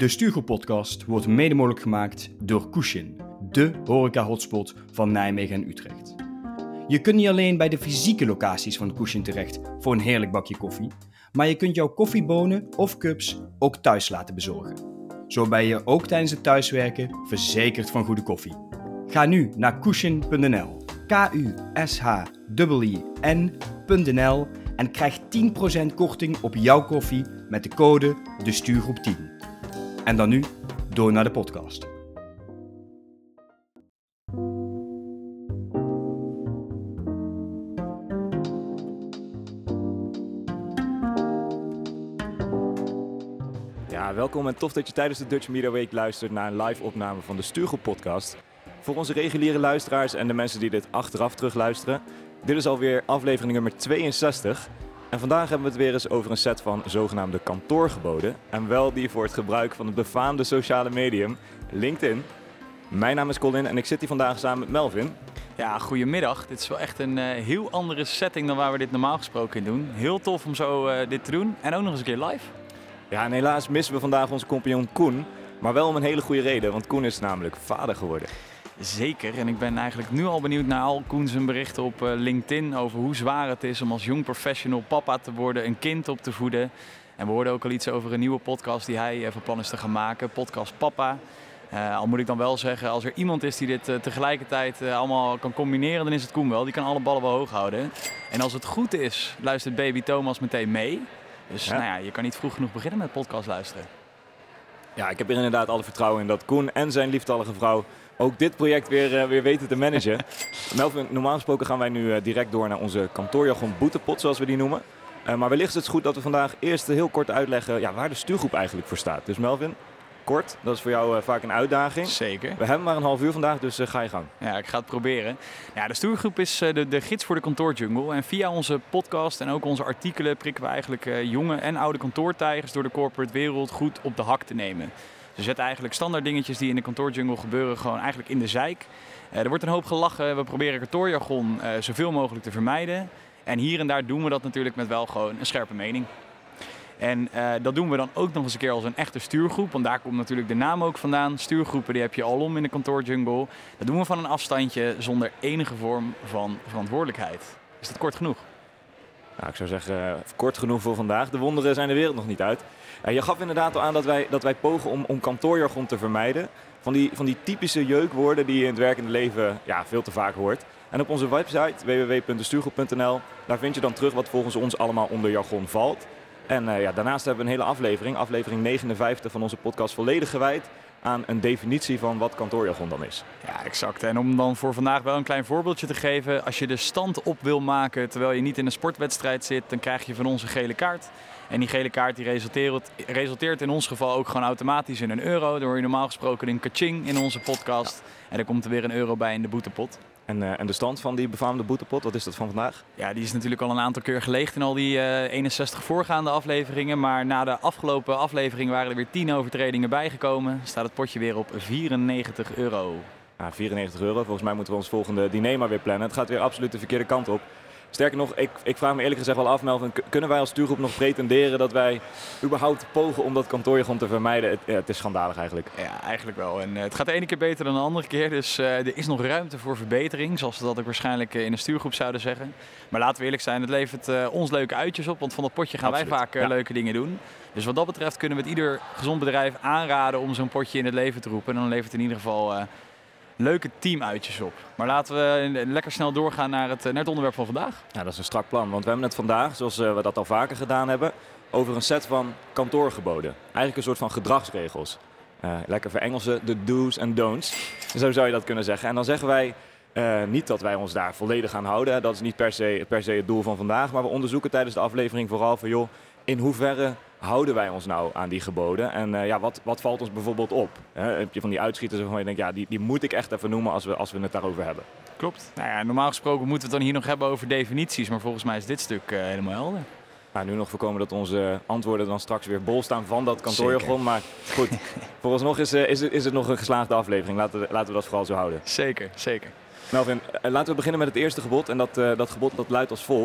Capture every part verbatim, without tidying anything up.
De Stuurgroep podcast wordt mede mogelijk gemaakt door Kushin, de horeca-hotspot van Nijmegen en Utrecht. Je kunt niet alleen bij de fysieke locaties van Kushin terecht voor een heerlijk bakje koffie, maar je kunt jouw koffiebonen of cups ook thuis laten bezorgen. Zo ben je ook tijdens het thuiswerken verzekerd van goede koffie. Ga nu naar kushin punt n l, K U S H I I N punt n l en krijg tien procent korting op jouw koffie met de code de stuurgroep tien. En dan nu, door naar de podcast. Ja, welkom en tof dat je tijdens de Dutch Media Week luistert naar een live opname van de Stuurgroep podcast. Voor onze reguliere luisteraars en de mensen die dit achteraf terugluisteren, dit is alweer aflevering nummer tweeënzestig. En vandaag hebben we het weer eens over een set van zogenaamde kantoorgeboden. En wel die voor het gebruik van het befaamde sociale medium LinkedIn. Mijn naam is Colin en ik zit hier vandaag samen met Melvin. Ja, goedemiddag. Dit is wel echt een uh, heel andere setting dan waar we dit normaal gesproken in doen. Heel tof om zo uh, dit te doen en ook nog eens een keer live. Ja, en helaas missen we vandaag onze compagnon Koen. Maar wel om een hele goede reden, want Koen is namelijk vader geworden. Zeker, en ik ben eigenlijk nu al benieuwd naar al Koen zijn berichten op uh, LinkedIn over hoe zwaar het is om als jong professional papa te worden, een kind op te voeden. En we hoorden ook al iets over een nieuwe podcast die hij uh, van plan is te gaan maken, podcast Papa. Uh, al moet ik dan wel zeggen, als er iemand is die dit uh, tegelijkertijd uh, allemaal kan combineren, dan is het Koen wel. Die kan alle ballen wel hoog houden. En als het goed is, luistert baby Thomas meteen mee. Dus ja. Nou ja, je kan niet vroeg genoeg beginnen met podcast luisteren. Ja, ik heb er inderdaad alle vertrouwen in dat Koen en zijn lieftallige vrouw ook dit project weer, uh, weer weten te managen. Melvin, normaal gesproken gaan wij nu uh, direct door naar onze kantoorjargon boetepot, zoals we die noemen. Uh, maar wellicht is het goed dat we vandaag eerst heel kort uitleggen ja, waar de stuurgroep eigenlijk voor staat. Dus Melvin, kort, dat is voor jou uh, vaak een uitdaging. Zeker. We hebben maar een half uur vandaag, dus uh, ga je gang. Ja, ik ga het proberen. Ja, de stuurgroep is uh, de, de gids voor de kantoorjungle. En via onze podcast en ook onze artikelen prikken we eigenlijk uh, jonge en oude kantoortijgers door de corporate wereld goed op de hak te nemen. We zetten eigenlijk standaard dingetjes die in de kantoorjungle gebeuren gewoon eigenlijk in de zeik. Uh, er wordt een hoop gelachen. We proberen kantoorjargon uh, zoveel mogelijk te vermijden. En hier en daar doen we dat natuurlijk met wel gewoon een scherpe mening. En uh, dat doen we dan ook nog eens een keer als een echte stuurgroep. Want daar komt natuurlijk de naam ook vandaan. Stuurgroepen die heb je alom in de kantoorjungle. Dat doen we van een afstandje zonder enige vorm van verantwoordelijkheid. Is dat kort genoeg? Nou, ik zou zeggen, uh, kort genoeg voor vandaag. De wonderen zijn de wereld nog niet uit. Uh, je gaf inderdaad al aan dat wij, dat wij pogen om, om kantoorjargon te vermijden. Van die, van die typische jeukwoorden die je in het werkende leven ja, veel te vaak hoort. En op onze website w w w punt de stuurgroep punt n l, daar vind je dan terug wat volgens ons allemaal onder jargon valt. En uh, ja, daarnaast hebben we een hele aflevering, aflevering negenenvijftig van onze podcast, volledig gewijd aan een definitie van wat kantoorjargon dan is. Ja, exact. En om dan voor vandaag wel een klein voorbeeldje te geven. Als je de stand op wil maken terwijl je niet in een sportwedstrijd zit, dan krijg je van ons een gele kaart. En die gele kaart die resulteert, resulteert in ons geval ook gewoon automatisch in een euro. Dan hoor je normaal gesproken een kaching in onze podcast. Ja. En dan komt er weer een euro bij in de boetepot. En, uh, en de stand van die befaamde boetepot, wat is dat van vandaag? Ja, die is natuurlijk al een aantal keer geleegd in al die uh, eenenzestig voorgaande afleveringen. Maar na de afgelopen aflevering waren er weer tien overtredingen bijgekomen. Staat het potje weer op vierennegentig euro. Ja, vierennegentig euro. Volgens mij moeten we ons volgende diner maar weer plannen. Het gaat weer absoluut de verkeerde kant op. Sterker nog, ik, ik vraag me eerlijk gezegd wel af, Melvin, kunnen wij als stuurgroep nog pretenderen dat wij überhaupt pogen om dat kantoorjargon te vermijden? Het, ja, het is schandalig eigenlijk. Ja, eigenlijk wel. En uh, het gaat de ene keer beter dan de andere keer. Dus uh, er is nog ruimte voor verbetering, zoals we dat ook waarschijnlijk uh, in de stuurgroep zouden zeggen. Maar laten we eerlijk zijn, het levert uh, ons leuke uitjes op, want van dat potje gaan Absoluut. wij vaak uh, ja. leuke dingen doen. Dus wat dat betreft kunnen we het ieder gezond bedrijf aanraden om zo'n potje in het leven te roepen. En dan levert het in ieder geval Uh, leuke teamuitjes op. Maar laten we lekker snel doorgaan naar het, naar het onderwerp van vandaag. Ja, dat is een strak plan. Want we hebben het vandaag, zoals we dat al vaker gedaan hebben, over een set van kantoorgeboden. Eigenlijk een soort van gedragsregels. Uh, lekker verengelsen, de do's en don'ts. Zo zou je dat kunnen zeggen. En dan zeggen wij uh, niet dat wij ons daar volledig aan houden. Dat is niet per se, per se het doel van vandaag. Maar we onderzoeken tijdens de aflevering vooral van, joh, in hoeverre houden wij ons nou aan die geboden? En uh, ja, wat, wat valt ons bijvoorbeeld op? He, heb je van die uitschieters waarvan je denkt, ja, die, die moet ik echt even noemen als we, als we het daarover hebben? Klopt. Nou ja, normaal gesproken moeten we het dan hier nog hebben over definities, maar volgens mij is dit stuk uh, helemaal helder. Nou, nu nog voorkomen dat onze antwoorden dan straks weer bol staan van dat kantoorjargon. Maar goed, vooralsnog is, uh, is, het, is het nog een geslaagde aflevering. Laten we, laten we dat vooral zo houden. Zeker, zeker. Melvin, uh, laten we beginnen met het eerste gebod. En dat, uh, dat gebod dat luidt als volgt.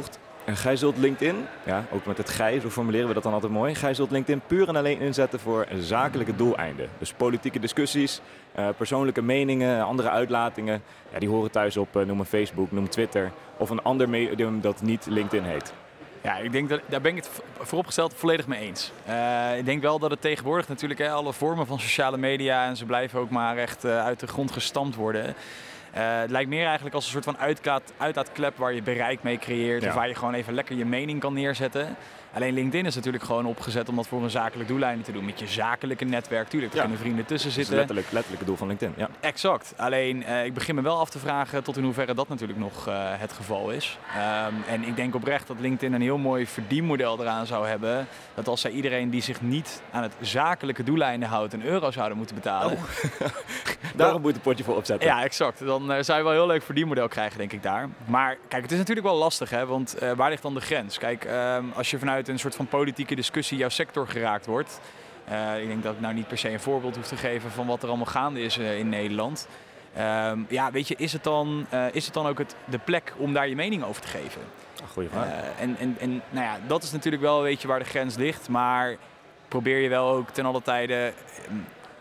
En gij zult LinkedIn, ja, ook met het gij, zo formuleren we dat dan altijd mooi. Gij zult LinkedIn puur en alleen inzetten voor zakelijke doeleinden. Dus politieke discussies, uh, persoonlijke meningen, andere uitlatingen. Ja, die horen thuis op, uh, noem een Facebook, noem Twitter. Of een ander medium dat niet LinkedIn heet. Ja, ik denk dat, daar ben ik het vooropgesteld volledig mee eens. Uh, ik denk wel dat het tegenwoordig natuurlijk hè, alle vormen van sociale media en ze blijven ook maar echt uh, uit de grond gestampt worden. Uh, het lijkt meer eigenlijk als een soort van uitlaat, uitlaatklep waar je bereik mee creëert. Ja. Of waar je gewoon even lekker je mening kan neerzetten. Alleen LinkedIn is natuurlijk gewoon opgezet om dat voor een zakelijk doeleinde te doen. Met je zakelijke netwerk, tuurlijk, er ja. kunnen vrienden tussen zitten. Dat is letterlijk, letterlijk het doel van LinkedIn, ja. Exact. Alleen, uh, ik begin me wel af te vragen tot in hoeverre dat natuurlijk nog uh, het geval is. Um, en ik denk oprecht dat LinkedIn een heel mooi verdienmodel eraan zou hebben. Dat als zij iedereen die zich niet aan het zakelijke doeleinde houdt een euro zouden moeten betalen. Oh. Daarom moet je het potje voor opzetten. Ja, exact. Dan uh, zou je wel een heel leuk verdienmodel krijgen, denk ik daar. Maar kijk, het is natuurlijk wel lastig, hè. Want uh, waar ligt dan de grens? Kijk, um, als je vanuit een soort van politieke discussie jouw sector geraakt wordt. Uh, ik denk dat ik nou niet per se een voorbeeld hoef te geven van wat er allemaal gaande is uh, in Nederland. Um, ja, weet je, is het dan, uh, is het dan ook het, de plek om daar je mening over te geven? Goeie vraag. Uh, en en, en nou ja, dat is natuurlijk wel, weet je, waar de grens ligt. Maar probeer je wel ook ten alle tijde... Um,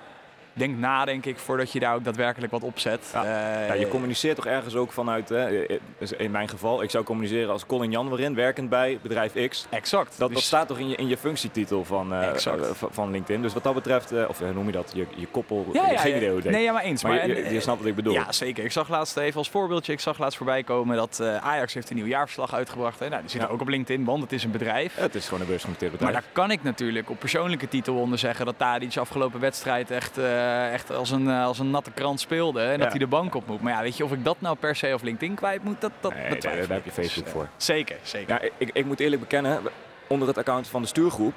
Denk na, denk ik, voordat je daar ook daadwerkelijk wat op zet. Ja. Uh, ja, je communiceert toch ergens ook vanuit, hè, in mijn geval, ik zou communiceren als Colin Janwerin, werkend bij bedrijf X. Exact. Dat, dus... dat staat toch in je, in je functietitel van, uh, van LinkedIn. Dus wat dat betreft, uh, of uh, noem je dat, je, je koppel, ja, ja, geen ja, idee hoe het heet. Nee, ja, maar eens. Maar, maar je, je, je snapt wat ik bedoel. Ja, zeker. Ik zag laatst even als voorbeeldje, ik zag laatst voorbij komen dat uh, Ajax heeft een nieuw jaarverslag uitgebracht. Hè. Nou, die zit ja. ook op LinkedIn, want het is een bedrijf. Ja, het is gewoon een beursgenoteerd bedrijf. Maar daar kan ik natuurlijk op persoonlijke titel onder zeggen dat Tadic afgelopen wedstrijd echt, uh, echt als een als een natte krant speelde en ja. dat hij de bank op moet. Maar ja, weet je, of ik dat nou per se op LinkedIn kwijt moet, dat, dat nee, betwijfel ik. Daar heb je Facebook dus, voor. Uh, zeker, zeker. Ja, ik, ik moet eerlijk bekennen, onder het account van de stuurgroep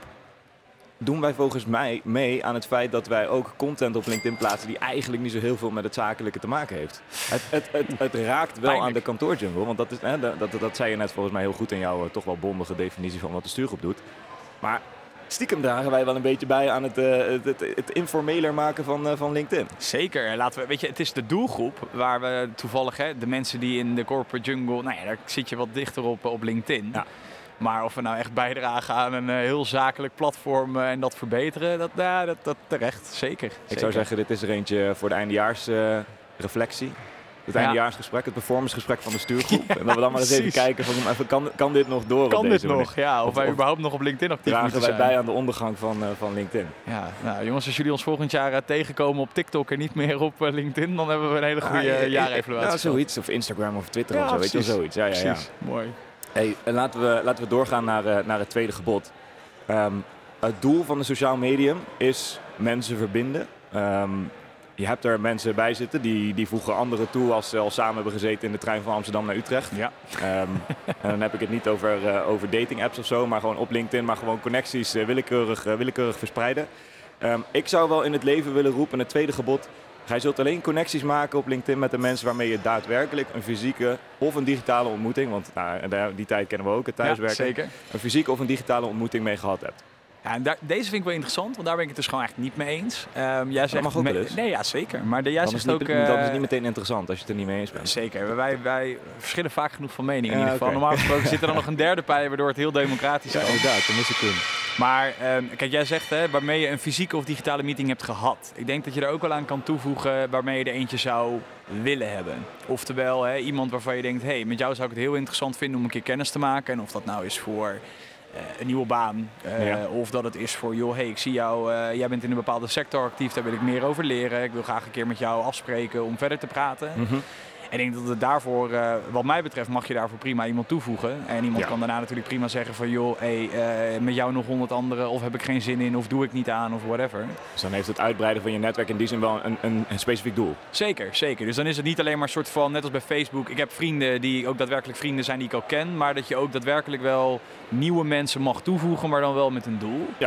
doen wij volgens mij mee aan het feit dat wij ook content op LinkedIn plaatsen die eigenlijk niet zo heel veel met het zakelijke te maken heeft. Het, het, het, het raakt wel Pijnlijk. aan de kantoorjungle, want dat, is, hè, dat, dat, dat zei je net volgens mij heel goed in jouw uh, toch wel bondige definitie van wat de stuurgroep doet. Maar stiekem dragen wij wel een beetje bij aan het, uh, het, het, het informeler maken van, uh, van LinkedIn. Zeker. Laten we, weet je, het is de doelgroep waar we toevallig, hè, de mensen die in de corporate jungle, nou ja, daar zit je wat dichter op, op LinkedIn. Ja. Maar of we nou echt bijdragen aan een uh, heel zakelijk platform uh, en dat verbeteren, dat, uh, dat, dat terecht. Zeker. Ik Zeker. zou zeggen, dit is er eentje voor de eindejaarsreflectie. Uh, Het ja. eindejaarsgesprek, het performancegesprek van de stuurgroep. Ja, en dat we dan maar eens even kijken van, even, kan, kan dit nog door? Kan op dit deze nog, ja. Of, of wij of überhaupt nog op LinkedIn actief moeten zijn. Dragen wij bij aan de ondergang van, uh, van LinkedIn. Ja, nou jongens, als jullie ons volgend jaar uh, tegenkomen op TikTok en niet meer op uh, LinkedIn, dan hebben we een hele goede uh, jaarevaluatie. Ja, zoiets. Of Instagram of Twitter ja, of zo. Weet je, zoiets. Ja, ja, ja. Mooi. Hey, laten, we, laten we doorgaan naar, uh, naar het tweede gebod. Um, het doel van een sociaal medium is mensen verbinden. Um, Je hebt er mensen bij zitten die, die voegen anderen toe als ze al samen hebben gezeten in de trein van Amsterdam naar Utrecht. Ja. Um, en dan heb ik het niet over, uh, over dating apps of zo, maar gewoon op LinkedIn, maar gewoon connecties uh, willekeurig, uh, willekeurig verspreiden. Um, ik zou wel in het leven willen roepen, het tweede gebod. Gij zult alleen connecties maken op LinkedIn met de mensen waarmee je daadwerkelijk een fysieke of een digitale ontmoeting, want nou, die tijd kennen we ook, het thuiswerken. Ja, zeker. Een fysieke of een digitale ontmoeting mee gehad hebt. Ja, en daar, deze vind ik wel interessant, want daar ben ik het dus gewoon eigenlijk niet mee eens. Um, jij zegt, dat mag ook wel eens. Nee, ja, zeker. Maar de, jij dan, zegt is ook, niet, uh, dan is het niet meteen interessant als je het er niet mee eens bent. Zeker. Wij, wij verschillen vaak genoeg van mening in ja, ieder geval. Okay. Normaal gesproken zit er dan nog een derde bij, waardoor het heel democratisch is. Ja, inderdaad, dat mis ik in. Maar um, kijk, jij zegt hè, waarmee je een fysieke of digitale meeting hebt gehad. Ik denk dat je er ook wel aan kan toevoegen waarmee je er eentje zou willen hebben. Oftewel, hè, iemand waarvan je denkt, hé, hey, met jou zou ik het heel interessant vinden om een keer kennis te maken. En of dat nou is voor uh, een nieuwe baan. Uh, ja. Of dat het is voor, joh, hey, ik zie jou, uh, jij bent in een bepaalde sector actief, daar wil ik meer over leren. Ik wil graag een keer met jou afspreken om verder te praten. Mm-hmm. En ik denk dat het daarvoor, uh, wat mij betreft, mag je daarvoor prima iemand toevoegen. En iemand ja. kan daarna natuurlijk prima zeggen van, joh, hey, uh, met jou nog honderd anderen, of heb ik geen zin in, of doe ik niet aan, of whatever. Dus dan heeft het uitbreiden van je netwerk in die zin wel een, een, een specifiek doel. Zeker, zeker. Dus dan is het niet alleen maar een soort van, net als bij Facebook, ik heb vrienden die ook daadwerkelijk vrienden zijn die ik al ken, maar dat je ook daadwerkelijk wel nieuwe mensen mag toevoegen, maar dan wel met een doel. Ja.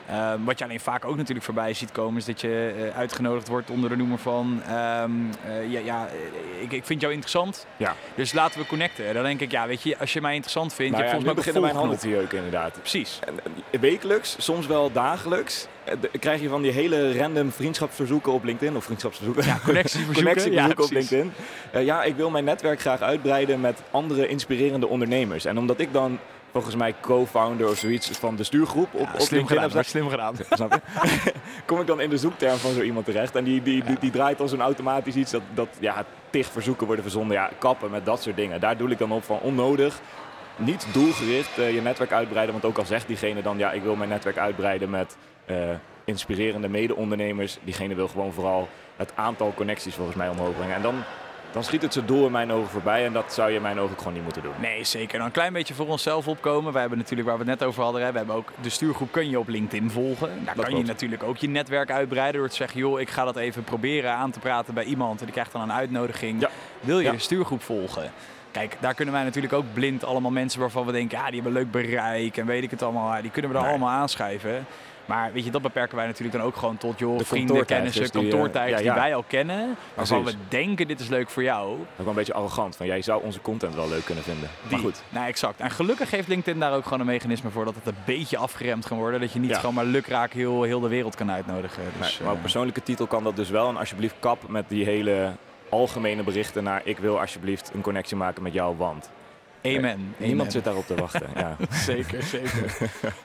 Um, wat je alleen vaak ook natuurlijk voorbij ziet komen, is dat je uh, uitgenodigd wordt onder de noemer van, um, uh, ja, ja ik, ik vind jou interessant, Ja. dus laten we connecten. Dan denk ik, ja, weet je, als je mij interessant vindt, Nou je ja, hebt volgens mij nu beginnen mijn gevolgd handen te genoeg. jeuken inderdaad. Precies. En, wekelijks, soms wel dagelijks, eh, de- krijg je van die hele random vriendschapsverzoeken op LinkedIn. Of vriendschapsverzoeken. Ja, connectieverzoeken. Connectieverzoeken Ja, op precies. LinkedIn. Uh, ja, ik wil mijn netwerk graag uitbreiden met andere inspirerende ondernemers. En omdat ik dan volgens mij co-founder of zoiets van de stuurgroep op, Ja, op slim LinkedIn gedaan, heb maar gezet, slim gedaan. snap je? Kom ik dan in de zoekterm van zo iemand terecht. En die, die, die, die draait dan zo'n automatisch iets dat, dat ja, tig verzoeken worden verzonden. Ja, kappen met dat soort dingen. Daar doe ik dan op van onnodig. Niet doelgericht uh, je netwerk uitbreiden. Want ook al zegt diegene dan, ja, ik wil mijn netwerk uitbreiden met uh, inspirerende mede-ondernemers. Diegene wil gewoon vooral het aantal connecties volgens mij omhoog brengen. En dan, dan schiet het zijn doel in mijn ogen voorbij. En dat zou je in mijn ogen ook gewoon niet moeten doen. Nee, zeker. Dan een klein beetje voor onszelf opkomen. Wij hebben natuurlijk, waar we het net over hadden, hè, we hebben ook de stuurgroep kun je op LinkedIn volgen. Daar kan klopt. je natuurlijk ook je netwerk uitbreiden door te zeggen, joh, ik ga dat even proberen aan te praten bij iemand. En die krijgt dan een uitnodiging. Ja. Wil je Ja. de stuurgroep volgen? Kijk, daar kunnen wij natuurlijk ook blind allemaal mensen waarvan we denken, ja, die hebben leuk bereik en weet ik het allemaal. Ja, die kunnen we daar Nee. allemaal aanschrijven. Maar weet je, dat beperken wij natuurlijk dan ook gewoon tot joh, De vrienden, kantoortijgers kennissen, die, eh, kantoortijgers ja, ja. die wij al kennen. Waarvan Precies. we denken, dit is leuk voor jou. Ook wel een beetje arrogant. Van jij zou onze content wel leuk kunnen vinden. Die. Maar goed. Nou, exact. En gelukkig heeft LinkedIn daar ook gewoon een mechanisme voor dat het een beetje afgeremd kan worden. Dat je niet Ja. gewoon maar lukraak heel, heel de wereld kan uitnodigen. Dus, Nee, maar op eh, persoonlijke titel kan dat dus wel. En alsjeblieft kap met die hele algemene berichten naar ik wil alsjeblieft een connectie maken met jou, want. amen. Nee, amen. Niemand zit daarop te wachten. Ja. Zeker, zeker.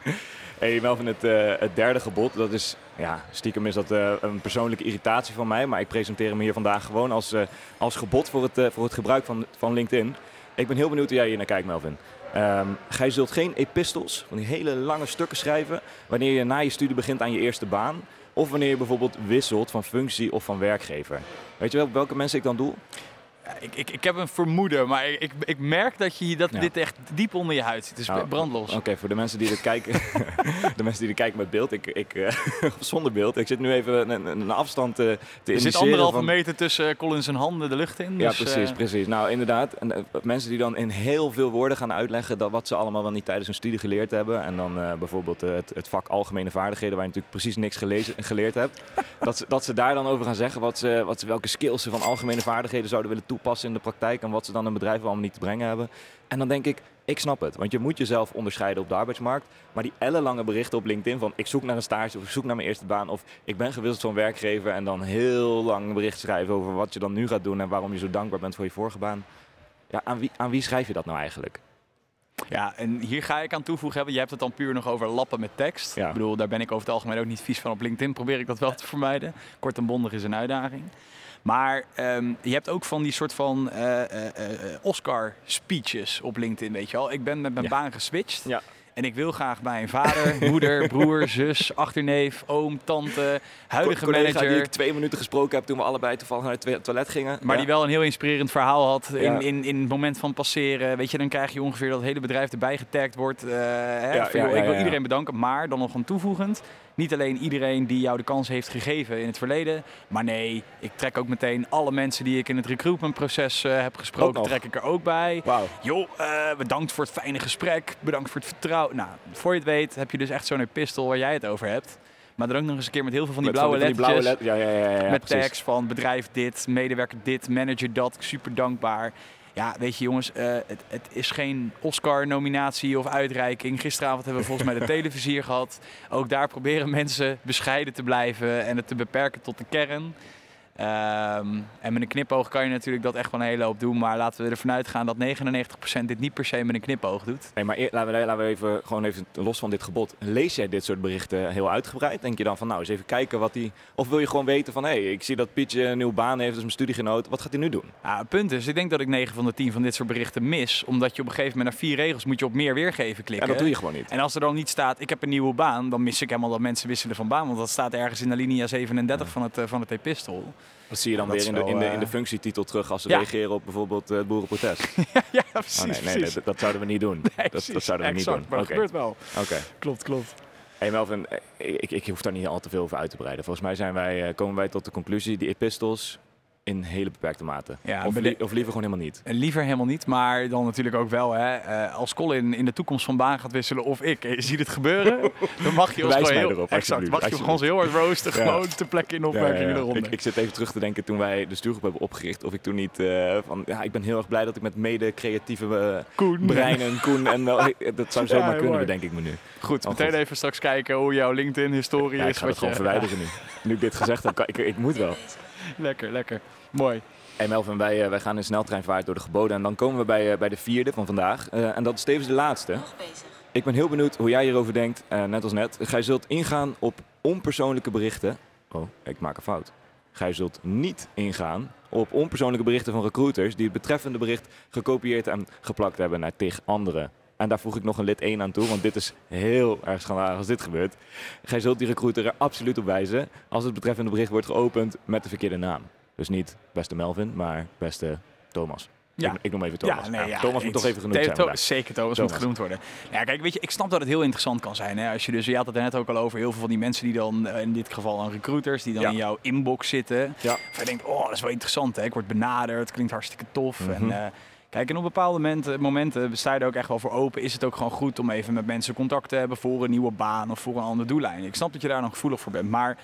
Hey Melvin, het, uh, het derde gebod, dat is, ja, stiekem is dat uh, een persoonlijke irritatie van mij. Maar ik presenteer hem hier vandaag gewoon als, uh, als gebod voor het, uh, voor het gebruik van, van LinkedIn. Ik ben heel benieuwd hoe jij hier naar kijkt, Melvin. Um, gij zult geen epistels, van die hele lange stukken schrijven, wanneer je na je studie begint aan je eerste baan. Of wanneer je bijvoorbeeld wisselt van functie of van werkgever. Weet je wel welke mensen ik dan doe? Ja, ik, ik, ik heb een vermoeden, maar ik, ik merk dat, je, dat Ja. dit echt diep onder je huid zit. Dus Nou, brandlos. Oké, okay, voor de mensen die dit kijken, de mensen die dit kijken met beeld, ik, ik, uh, zonder beeld. Ik zit nu even een, een afstand uh, te Er initiëren. zit anderhalve van... meter tussen Collins en handen de lucht in. Ja, Dus, precies, uh, precies. Nou, inderdaad. En, uh, mensen die dan in heel veel woorden gaan uitleggen dat wat ze allemaal wel niet tijdens hun studie geleerd hebben. En dan uh, bijvoorbeeld uh, het, het vak algemene vaardigheden, waar je natuurlijk precies niks gelezen, geleerd hebt. dat, ze, dat ze daar dan over gaan zeggen wat ze, wat ze, welke skills ze van algemene vaardigheden zouden willen toepassen in de praktijk. En wat ze dan een bedrijf allemaal niet te brengen hebben. En dan denk ik, ik snap het. Want je moet jezelf onderscheiden op de arbeidsmarkt. Maar die ellenlange berichten op LinkedIn van ik zoek naar een stage of ik zoek naar mijn eerste baan. Of ik ben gewisseld van werkgever. En dan heel lang bericht schrijven over wat je dan nu gaat doen. En waarom je zo dankbaar bent voor je vorige baan. Ja, aan wie, aan wie schrijf je dat nou eigenlijk? Ja, en hier ga ik aan toevoegen hebben. Je hebt het dan puur nog over lappen met tekst. Ja. Ik bedoel, daar ben ik over het algemeen ook niet vies van op LinkedIn. Probeer ik dat wel te vermijden. Kort en bondig is een uitdaging. Maar um, je hebt ook van die soort van uh, uh, uh, Oscar-speeches op LinkedIn, weet je wel. Ik ben met mijn Ja. baan geswitcht. Ja. En ik wil graag bij een vader, moeder, broer, zus, achterneef, oom, tante, huidige Co- collega manager. die ik twee minuten gesproken heb toen we allebei toevallig naar het to- toilet gingen. Maar ja. die wel een heel inspirerend verhaal had in, Ja. in, in het moment van passeren. Weet je, dan krijg je ongeveer dat het hele bedrijf erbij getagd wordt. Uh, hè, Ja, van, ja, joh, ja, ik wil ja. iedereen bedanken, maar dan nog een toevoegend. Niet alleen iedereen die jou de kans heeft gegeven in het verleden. Maar nee, ik trek ook meteen alle mensen die ik in het recruitmentproces uh, heb Ook gesproken, nog. trek ik er ook bij. Wauw. Joh, uh, bedankt voor het fijne gesprek. Bedankt voor het vertrouwen. Nou, voor je het weet heb je dus echt zo'n epistel waar jij het over hebt. Maar dan ook nog eens een keer met heel veel van die Met blauwe van die lettertjes. blauwe let- ja, ja, ja, ja, met precies. tags van bedrijf dit, medewerker dit, manager dat. Super dankbaar. Ja, weet je jongens, uh, het, het is geen Oscar-nominatie of uitreiking. Gisteravond hebben we volgens mij de televisie hier gehad. Ook daar proberen mensen bescheiden te blijven en het te beperken tot de kern. Um, en met een knipoog kan je natuurlijk dat echt wel een hele hoop doen. Maar laten we ervan uitgaan dat negenennegentig procent dit niet per se met een knipoog doet. Nee, maar eer, laten, we, laten we even, gewoon even los van dit gebod. Lees jij dit soort berichten heel uitgebreid? Denk je dan van, nou, eens even kijken wat hij... Of wil je gewoon weten van, hé, hey, ik zie dat Pietje een nieuwe baan heeft, dus mijn studiegenoot. Wat gaat hij nu doen? Ja, het punt is, ik denk dat ik negen van de tien van dit soort berichten mis. Omdat je op een gegeven moment naar vier regels moet je op meer weergeven klikken. En dat doe je gewoon niet. En als er dan niet staat, ik heb een nieuwe baan, dan mis ik helemaal dat mensen wisselen van baan. Want dat staat ergens in de linia zevenendertig Ja. van het, uh, van het epistel. Dat zie je dan Dat weer is in de, wel, in, de, uh, in de functietitel terug als ze ja. reageren op bijvoorbeeld uh, het boerenprotest. ja, ja, precies. Oh, nee, nee, nee, precies. dat, dat zouden we niet doen. Nee, dat, precies, dat zouden we exact, niet doen. Maar dat Oké. gebeurt wel. Okay. Klopt, klopt. Hey Melvin, ik, ik, ik hoef daar niet al te veel over uit te breiden. Volgens mij zijn wij, uh, komen wij tot de conclusie, die epistels, in hele beperkte mate. Ja, of, de, li- of liever gewoon helemaal niet. Liever helemaal niet, maar dan natuurlijk ook wel. Hè, uh, als Colin in de toekomst van baan gaat wisselen of ik, en je ziet het gebeuren, dan mag je ons gewoon heel, erop, exact, mag je gewoon heel hard roosten, ja. gewoon te plekke in opmerkingen ja, ja, ja. eronder. Ik, ik zit even terug te denken toen wij de stuurgroep hebben opgericht, of ik toen niet uh, van, ja, ik ben heel erg blij dat ik met mede-creatieve uh, Koen. breinen, Koen, en uh, dat zou zomaar ja, kunnen, bedenk ik me nu. Goed, oh, meteen goed. Even straks kijken hoe jouw LinkedIn-historie ja, is. Ik ga het gewoon je, verwijderen ja. nu. Nu ik dit gezegd heb, ik, ik moet wel. Lekker, lekker. Mooi. Hey Melvin, wij, uh, wij gaan in sneltreinvaart door de geboden en dan komen we bij, uh, bij de vierde van vandaag. Uh, en dat is tevens de laatste. Nog bezig. Ik ben heel benieuwd hoe jij hierover denkt, uh, net als net. Gij zult ingaan op onpersoonlijke berichten. Oh, ik maak een fout. Gij zult niet ingaan op onpersoonlijke berichten van recruiters die het betreffende bericht gekopieerd en geplakt hebben naar tig anderen. En daar voeg ik nog een lid één aan toe, want dit is heel erg schandalig als dit gebeurt. Gij zult die recruiter er absoluut op wijzen als het betreffende bericht wordt geopend met de verkeerde naam. Dus niet beste Melvin, maar beste Thomas. Ja. Ik, ik noem even Thomas. Ja, nee, ja, ja, Thomas moet toch even genoemd zijn. To- zeker Thomas, Thomas moet genoemd worden. Ja, kijk, weet je, ik snap dat het heel interessant kan zijn. Hè? Als je dus, je had het er net ook al over, heel veel van die mensen die dan, in dit geval aan recruiters, die dan ja. in jouw inbox zitten. Ja. Of je denkt, oh, dat is wel interessant, hè? Ik word benaderd, het klinkt hartstikke tof. Mm-hmm. En, uh, kijk, en op bepaalde momenten, momenten sta je er ook echt wel voor open. Is het ook gewoon goed om even met mensen contact te hebben voor een nieuwe baan of voor een andere doellijn. Ik snap dat je daar nog gevoelig voor bent, maar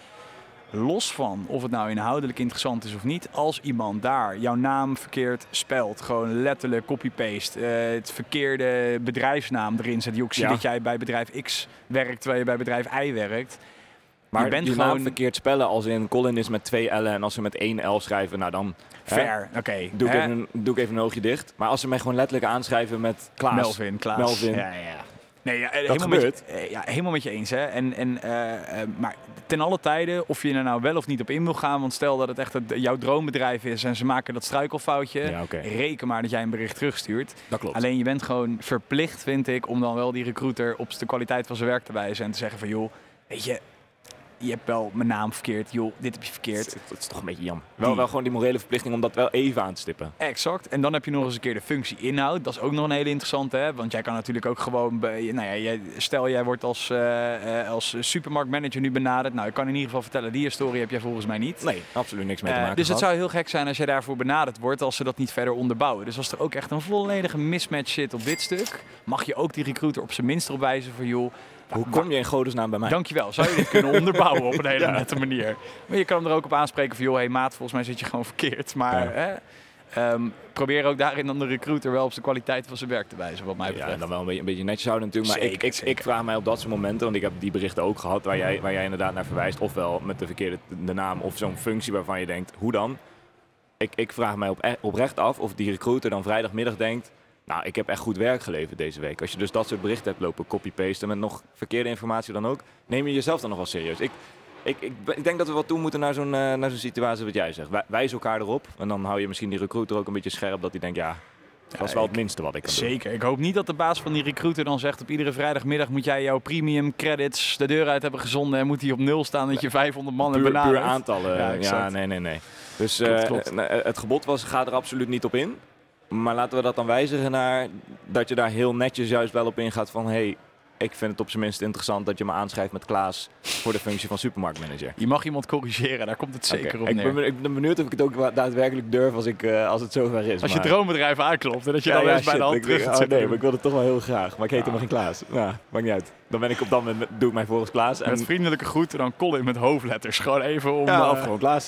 los van of het nou inhoudelijk interessant is of niet, als iemand daar jouw naam verkeerd spelt, gewoon letterlijk copy-paste, uh, het verkeerde bedrijfsnaam erin zet, die ook ziet ja. dat jij bij bedrijf X werkt terwijl je bij bedrijf Y werkt. Maar je bent die gewoon naam verkeerd spellen als in Colin is met twee L'en en als ze met één L schrijven, nou dan fair, oké. Okay. Doe, ik even, doe ik even een oogje dicht. Maar als ze mij gewoon letterlijk aanschrijven met Klaas. Melvin, Klaas. Melvin. Ja, ja. Nee, ja, dat helemaal gebeurt. Met je, ja, helemaal met je eens. Hè. En, en, uh, uh, maar ten alle tijden, of je er nou wel of niet op in wil gaan, want stel dat het echt het, jouw droombedrijf is en ze maken dat struikelfoutje, ja, okay. reken maar dat jij een bericht terugstuurt. Dat klopt. Alleen je bent gewoon verplicht, vind ik, om dan wel die recruiter op de kwaliteit van zijn werk te wijzen en te zeggen van joh, weet je, je hebt wel mijn naam verkeerd, joh, dit heb je verkeerd. Dat, dat is toch een beetje jammer. Wel, wel gewoon die morele verplichting om dat wel even aan te stippen. Exact. En dan heb je nog eens een keer de functie inhoud. Dat is ook nog een hele interessante, hè? Want jij kan natuurlijk ook gewoon, be- nou ja, jij, stel jij wordt als, uh, uh, als supermarktmanager nu benaderd. Nou, ik kan in ieder geval vertellen, die historie heb jij volgens mij niet. Nee, absoluut niks mee te maken. Uh, dus het gehad. zou heel gek zijn als jij daarvoor benaderd wordt, als ze dat niet verder onderbouwen. Dus als er ook echt een volledige mismatch zit op dit stuk, mag je ook die recruiter op zijn minst erop wijzen van joh, hoe kom je in godesnaam bij mij? Dankjewel. Zou je dit kunnen onderbouwen op een hele ja. nette manier? Maar je kan hem er ook op aanspreken van joh, hey maat, volgens mij zit je gewoon verkeerd. Maar ja. hè, um, probeer ook daarin dan de recruiter wel op zijn kwaliteit van zijn werk te wijzen, wat mij betreft. Ja, dan wel een beetje, een beetje netjes houden natuurlijk. Maar zeker, ik, ik, ik vraag mij op dat soort momenten, want ik heb die berichten ook gehad waar jij, waar jij inderdaad naar verwijst. Ofwel met de verkeerde de naam of zo'n functie waarvan je denkt, hoe dan? Ik, ik vraag mij op, oprecht af of die recruiter dan vrijdagmiddag denkt, nou, ik heb echt goed werk geleverd deze week. Als je dus dat soort berichten hebt lopen, copy-pasten met nog verkeerde informatie dan ook, neem je jezelf dan nog wel serieus. Ik, ik, ik, ik denk dat we wat toe moeten naar zo'n, uh, naar zo'n situatie wat jij zegt. Wij, wijs elkaar erop en dan hou je misschien die recruiter ook een beetje scherp dat hij denkt, ja, dat is ja, wel ik, het minste wat ik kan zeker. doen. Zeker. Ik hoop niet dat de baas van die recruiter dan zegt op iedere vrijdagmiddag moet jij jouw premium credits de deur uit hebben gezonden en moet die op nul staan dat je vijfhonderd man hebt benaderd. Puur aantallen. Ja, ja, nee, nee, nee. Dus uh, klopt, klopt. het gebod was, ga er absoluut niet op in. Maar laten we dat dan wijzigen naar dat je daar heel netjes juist wel op ingaat van hey, ik vind het op zijn minst interessant dat je me aanschrijft met Klaas voor de functie van supermarktmanager. Je mag iemand corrigeren, daar komt het zeker okay. op neer. Ik ben, ik ben benieuwd of ik het ook daadwerkelijk durf als, ik, uh, als het zover is. Als maar... je droombedrijf aanklopt en dat je ja, dan ja, eens bij de hand ik, terug oh, nee, maar ik wil het toch wel heel graag. Maar ik heet ja. helemaal geen Klaas. Nou, maakt niet uit. Dan ben ik op dat moment, doe ik mij volgens Klaas. En... Met vriendelijke groeten dan Colin met hoofdletters. Gewoon even om... Ja, uh... of gewoon Klaas.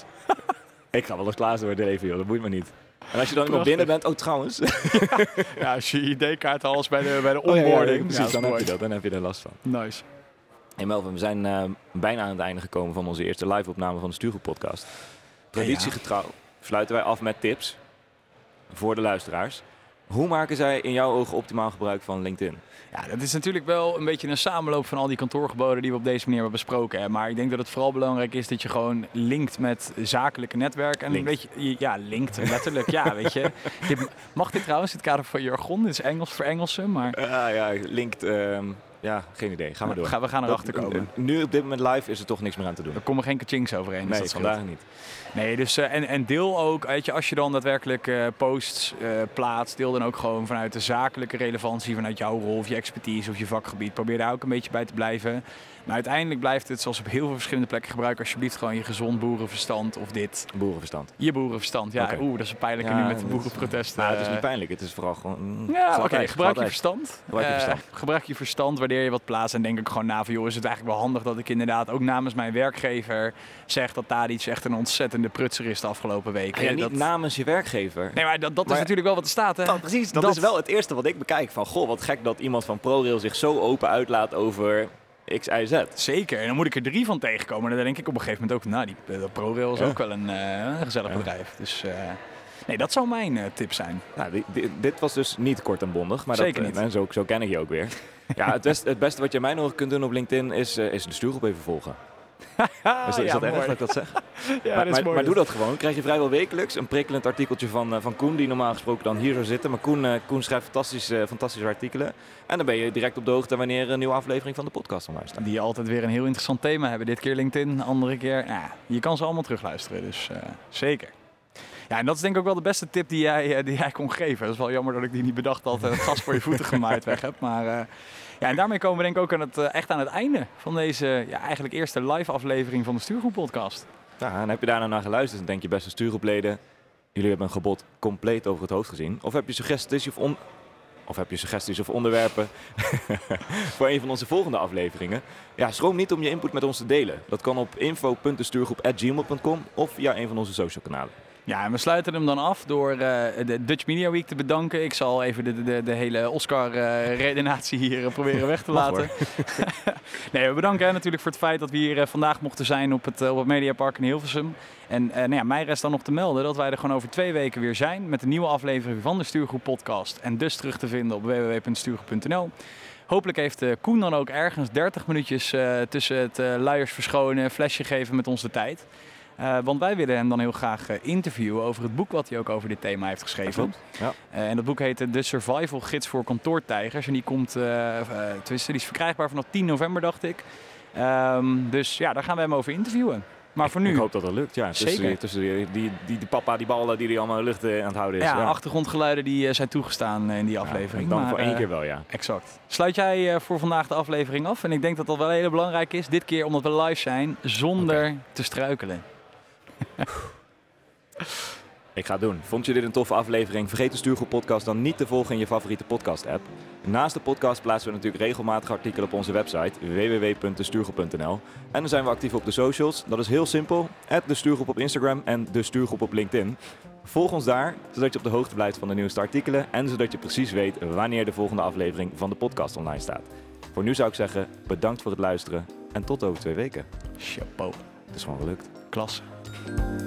Ik ga wel eens Klaas worden even, joh. Dat boeit me niet. En als je dan nog binnen bent, oh trouwens. ja, ja, als je I D-kaart als bij de, bij de onboarding. Oh, ja, ja, precies, ja, dan heb je dat. Dan heb je er last van. Nice. Hey Melvin, we zijn uh, bijna aan het einde gekomen van onze eerste live-opname van de Stuurgroep podcast. Traditiegetrouw sluiten wij af met tips voor de luisteraars. Hoe maken zij in jouw ogen optimaal gebruik van LinkedIn? Ja, dat is natuurlijk wel een beetje een samenloop van al die kantoorgeboden die we op deze manier hebben besproken. Hè. Maar ik denk dat het vooral belangrijk is dat je gewoon linkt met zakelijke netwerken. En linkt. Weet je, ja, linkt letterlijk. ja, weet je. Dit, mag dit trouwens, in het kader van jargon? Dit is Engels voor Engelsen, maar... Ja, ja, linkt... Um... Ja, geen idee. Gaan we door. Ga, we gaan erachter dat, komen. Nu op dit moment live is er toch niks meer aan te doen. Er komen geen kachings overheen. Nee, dat vandaag niet. Nee, dus uh, en, en deel ook, weet je, als je dan daadwerkelijk uh, posts uh, plaatst, deel dan ook gewoon vanuit de zakelijke relevantie, vanuit jouw rol of je expertise of je vakgebied. Probeer daar ook een beetje bij te blijven. Maar uiteindelijk blijft het, zoals op heel veel verschillende plekken, gebruik alsjeblieft gewoon je gezond boerenverstand of dit. Boerenverstand. Je boerenverstand, ja. Okay. Oeh, dat is een pijnlijke Ja, nu met de dat- boerenprotesten. Nou, het is niet pijnlijk. Het is vooral gewoon... mm, Ja, oké. gladheid, Gebruik je gladheid. verstand. Gebruik je Eh, verstand. gebruik je verstand, waardeer je wat plaats. En denk ik gewoon na van, joh, is het eigenlijk wel handig dat ik inderdaad ook namens mijn werkgever zeg dat Tadic echt een ontzettende prutser is de afgelopen weken. Ja, niet dat... namens je werkgever. Nee, maar dat, dat Maar- is natuurlijk wel wat er staat, hè? Dat, precies, dat, Dat- is wel het eerste wat ik bekijk. Van, goh, wat gek dat iemand van ProRail zich zo open uitlaat over X, Y, Z. Zeker, en dan moet ik er drie van tegenkomen. En dan denk ik op een gegeven moment ook, nou, die dat ProRail is Ja. ook wel een, eh, een gezellig Ja. bedrijf. Dus eh, nee, dat zou mijn eh, tip zijn. Nou, di- di- dit was dus niet kort en bondig, maar Zeker dat, niet. eh, zo, zo ken ik je ook weer. Ja, het, best, het beste wat je mij nog kunt doen op LinkedIn is, eh, is de stuurgroep even volgen. Ah, is, is ja, dat erg mooi. dat ik dat zeg? Ja, maar dat is maar, mooi. maar doe dat gewoon. Dan krijg je vrijwel wekelijks een prikkelend artikeltje van, uh, van Koen, die normaal gesproken dan hier zou zitten. Maar Koen, uh, Koen schrijft fantastische, uh, fantastische artikelen. En dan ben je direct op de hoogte wanneer een nieuwe aflevering van de podcast online staat. Die altijd weer een heel interessant thema hebben. Dit keer LinkedIn, andere keer... Nou, ja, je kan ze allemaal terugluisteren, dus uh, zeker. Ja, en dat is denk ik ook wel de beste tip die jij, uh, die jij kon geven. Dat is wel jammer dat ik die niet bedacht had en het gas voor je voeten gemaaid weg heb. Maar uh, ja, en daarmee komen we denk ik ook aan het, uh, echt aan het einde van deze ja, eigenlijk eerste live aflevering van de Stuurgroep podcast. Ja, en heb je daar nou naar geluisterd en denk je, beste stuurgroepleden, jullie hebben een gebod compleet over het hoofd gezien. Of heb je suggesties of, on of, heb je suggesties of onderwerpen voor een van onze volgende afleveringen? Ja, schroom niet om je input met ons te delen. Dat kan op info punt de stuurgroep at gmail punt com of via een van onze social kanalen. Ja, en we sluiten hem dan af door uh, de Dutch Media Week te bedanken. Ik zal even de, de, de hele Oscar-redenatie uh, hier uh, proberen weg te Mag laten. Nee, we bedanken hè, natuurlijk voor het feit dat we hier uh, vandaag mochten zijn op het, uh, op het Mediapark in Hilversum. En uh, nou ja, mij rest dan nog te melden dat wij er gewoon over twee weken weer zijn met een nieuwe aflevering van de Stuurgroep podcast. En dus terug te vinden op w w w punt stuurgroep punt n l. Hopelijk heeft uh, Koen dan ook ergens dertig minuutjes uh, tussen het uh, luiers verschonen, flesje geven met ons de tijd. Uh, want wij willen hem dan heel graag uh, interviewen over het boek wat hij ook over dit thema heeft geschreven. Ja. Uh, en dat boek heet De Survival Gids voor Kantoortijgers. En die komt, uh, uh, tenminste, die is verkrijgbaar vanaf tien november, dacht ik. Um, dus ja, daar gaan we hem over interviewen. Maar voor nu... Ik hoop dat dat lukt, ja. Tussen, Zeker. die, tussen die, die, die, die papa, die ballen die hij allemaal in de lucht uh, aan het houden is. Ja, Ja, achtergrondgeluiden die uh, zijn toegestaan uh, in die Ja, aflevering. dan maar, voor één uh, keer wel, ja. Exact. Sluit jij uh, voor vandaag de aflevering af. En ik denk dat dat wel heel belangrijk is. Dit keer omdat we live zijn, zonder okay. te struikelen. Ik ga het doen. Vond je dit een toffe aflevering? Vergeet de Stuurgroep podcast dan niet te volgen in je favoriete podcast app. Naast de podcast plaatsen we natuurlijk regelmatig artikelen op onze website w w w punt de stuurgroep punt n l. En dan zijn we actief op de socials. Dat is heel simpel. At de Stuurgroep op Instagram en de Stuurgroep op LinkedIn. Volg ons daar, zodat je op de hoogte blijft van de nieuwste artikelen en zodat je precies weet wanneer de volgende aflevering van de podcast online staat. Voor nu zou ik zeggen, bedankt voor het luisteren en tot over twee weken. Chapeau. Het is gewoon gelukt. Klasse.